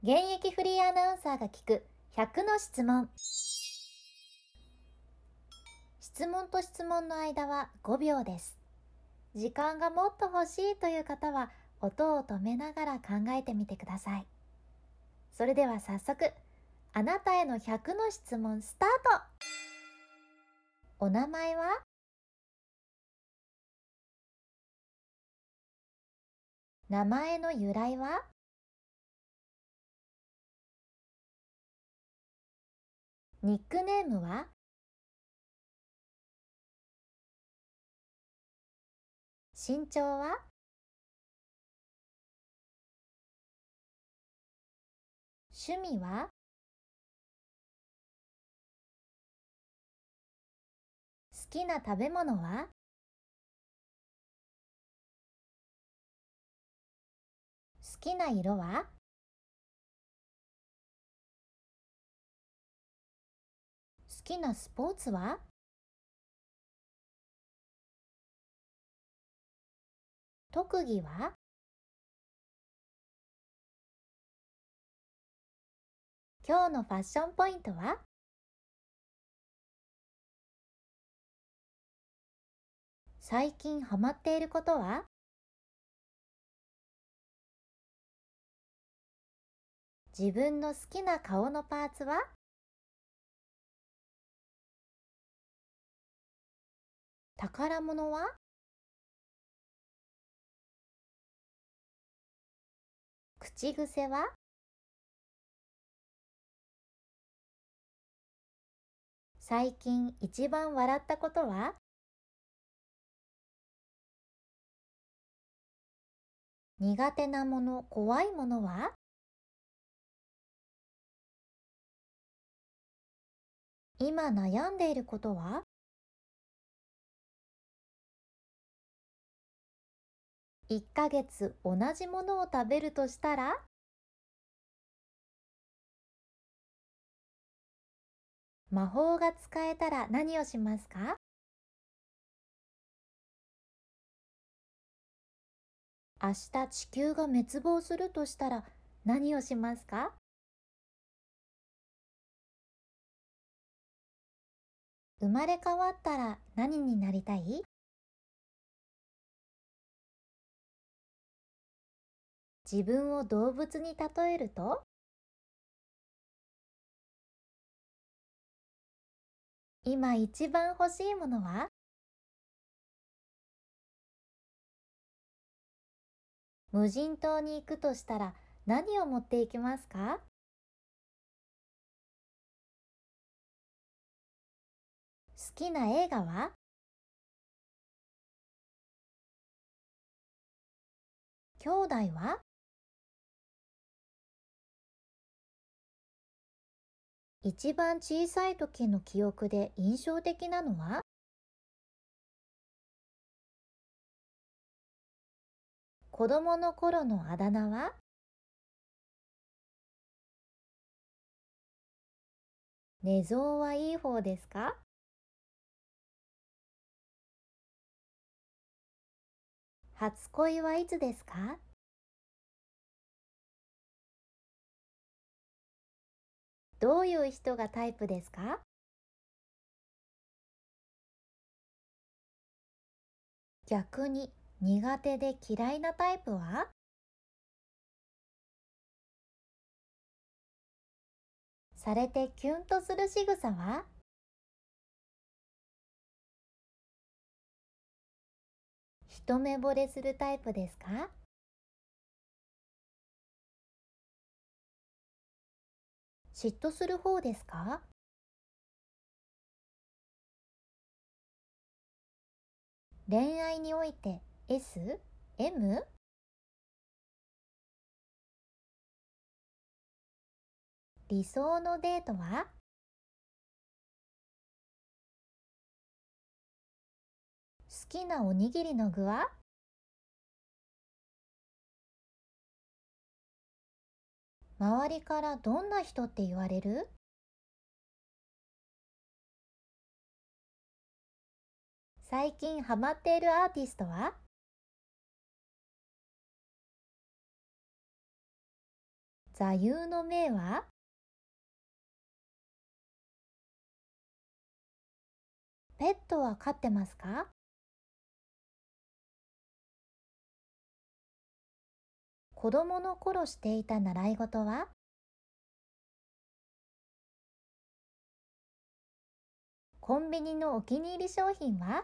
現役フリーアナウンサーが聞く100の質問。質問と質問の間は5秒です。時間がもっと欲しいという方は音を止めながら考えてみてください。それでは早速、あなたへの100の質問スタート。お名前は？名前の由来は？ニックネームは？身長は？趣味は？好きな食べ物は？好きな色は？好きなスポーツは？特技は？今日のファッションポイントは？最近ハマっていることは？自分の好きな顔のパーツは？宝物は？口癖は？最近一番笑ったことは？苦手なもの、怖いものは？今悩んでいることは？1ヶ月同じものを食べるとしたら？魔法が使えたら何をしますか？明日地球が滅亡するとしたら何をしますか？生まれ変わったら何になりたい？自分を動物に例えると？今一番欲しいものは？無人島に行くとしたら何を持っていきますか？好きな映画は？兄弟は？一番小さい時の記憶で印象的なのは？子供の頃のあだ名は？寝相はいい方ですか？初恋はいつですか？どういう人がタイプですか？逆に苦手で嫌いなタイプは？されてキュンとする仕草は？一目惚れするタイプですか？嫉妬する方ですか？恋愛において S？ M？ 理想のデートは？好きなおにぎりの具は？周りからどんな人って言われる？最近ハマっているアーティストは？ 座右の銘は？ペットは飼ってますか？子供の頃していた習い事は？コンビニのお気に入り商品は？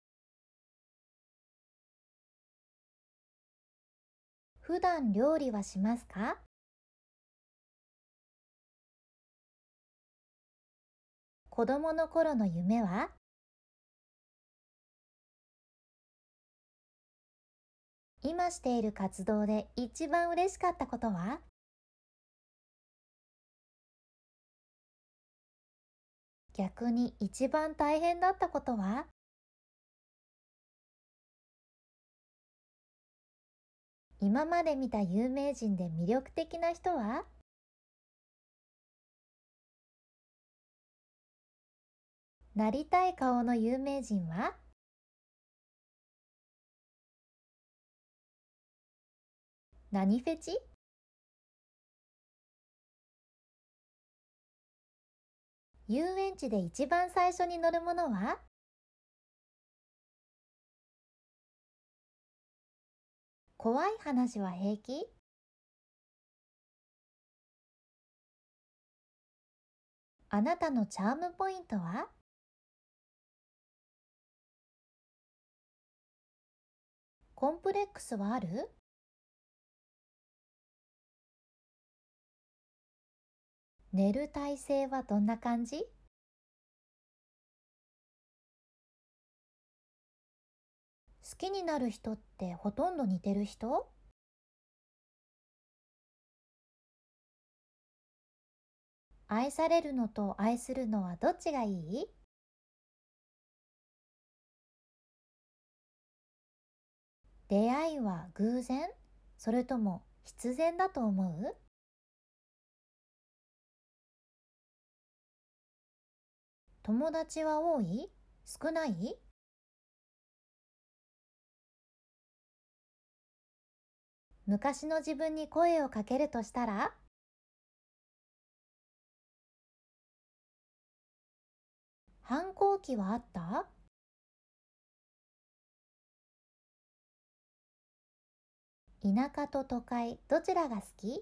普段料理はしますか？子供の頃の夢は？今している活動で一番嬉しかったことは？逆に一番大変だったことは？今まで見た有名人で魅力的な人は？なりたい顔の有名人は？何フェチ？遊園地で一番最初に乗るものは？怖い話は平気？あなたのチャームポイントは？コンプレックスはある？寝る体勢はどんな感じ？好きになる人ってほとんど似てる人？愛されるのと愛するのはどっちがいい？出会いは偶然？それとも必然だと思う？友達は多い？少ない？昔の自分に声をかけるとしたら？反抗期はあった？田舎と都会、どちらが好き？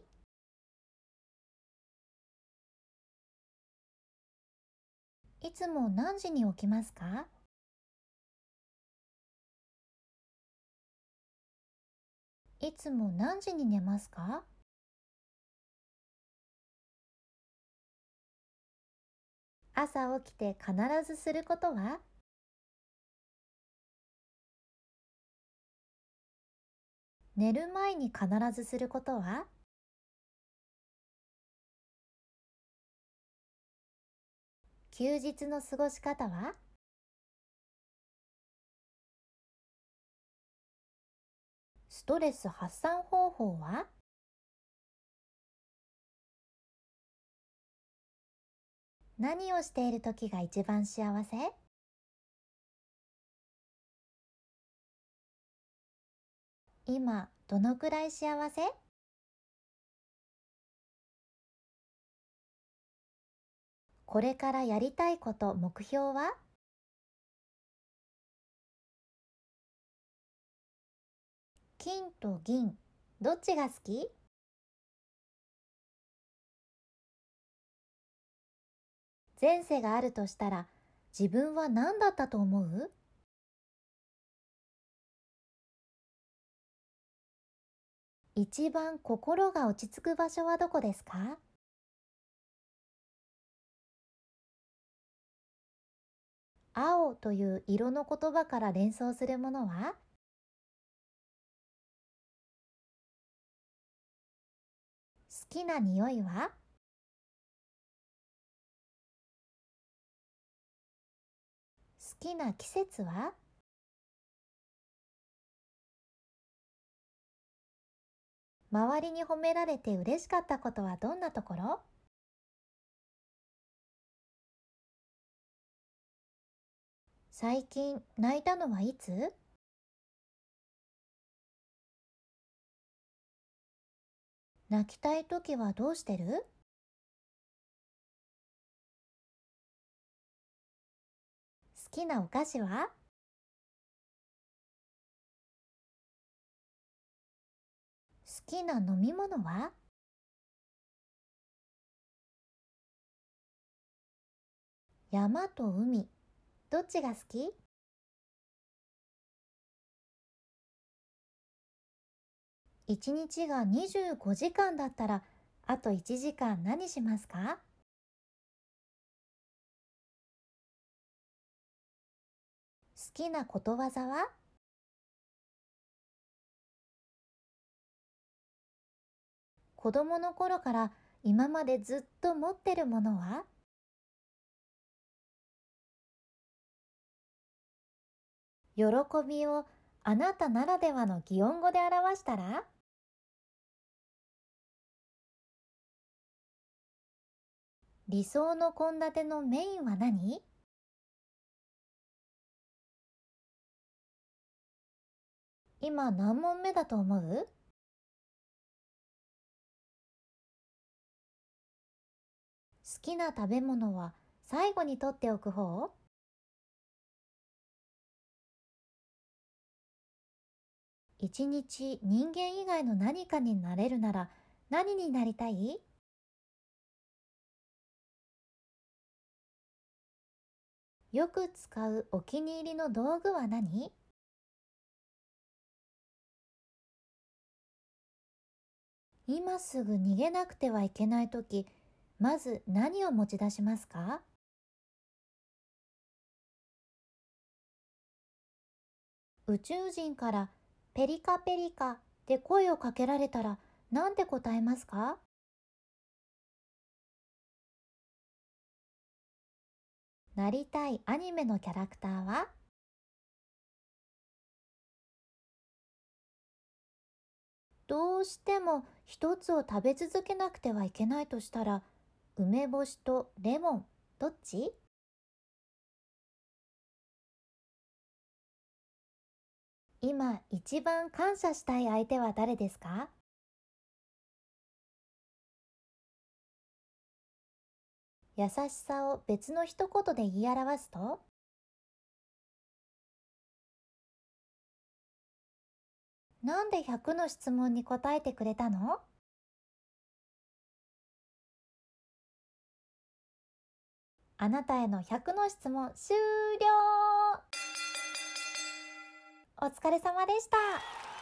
いつも何時に起きますか？いつも何時に寝ますか？朝起きて必ずすることは？寝る前に必ずすることは？休日の過ごし方は？ストレス発散方法は？何をしている時が一番幸せ？今どのくらい幸せ？これからやりたいこと、目標は？金と銀、どっちが好き？前世があるとしたら自分は何だったと思う？一番心が落ち着く場所はどこですか？青という色の言葉から連想するものは？好きな匂いは？好きな季節は？周りに褒められて嬉しかったことはどんなところ？最近泣いたのはいつ？好。 泣きたいときはどうしてる？好きなお菓子は？好きな飲み物は？山と海、どっちが好き？一日が25時間だったら、あと1時間何しますか？好きなことわざは？子供の頃から今までずっと持ってるものは？喜びをあなたならではの擬音語で表したら？理想の献立のメインは何？今何問目だと思う？好きな食べ物は最後にとっておく方？一日人間以外の何かになれるなら何になりたい？よく使うお気に入りの道具は何？今すぐ逃げなくてはいけないとき、まず何を持ち出しますか？宇宙人からペリカペリカって声をかけられたら何て答えますか？なりたいアニメのキャラクターは？どうしても一つを食べ続けなくてはいけないとしたら、梅干しとレモン、どっち？今一番感謝したい相手は誰ですか？優しさを別の一言で言い表すと？なんで100の質問に答えてくれたの？あなたへの100の質問終了。お疲れ様でした。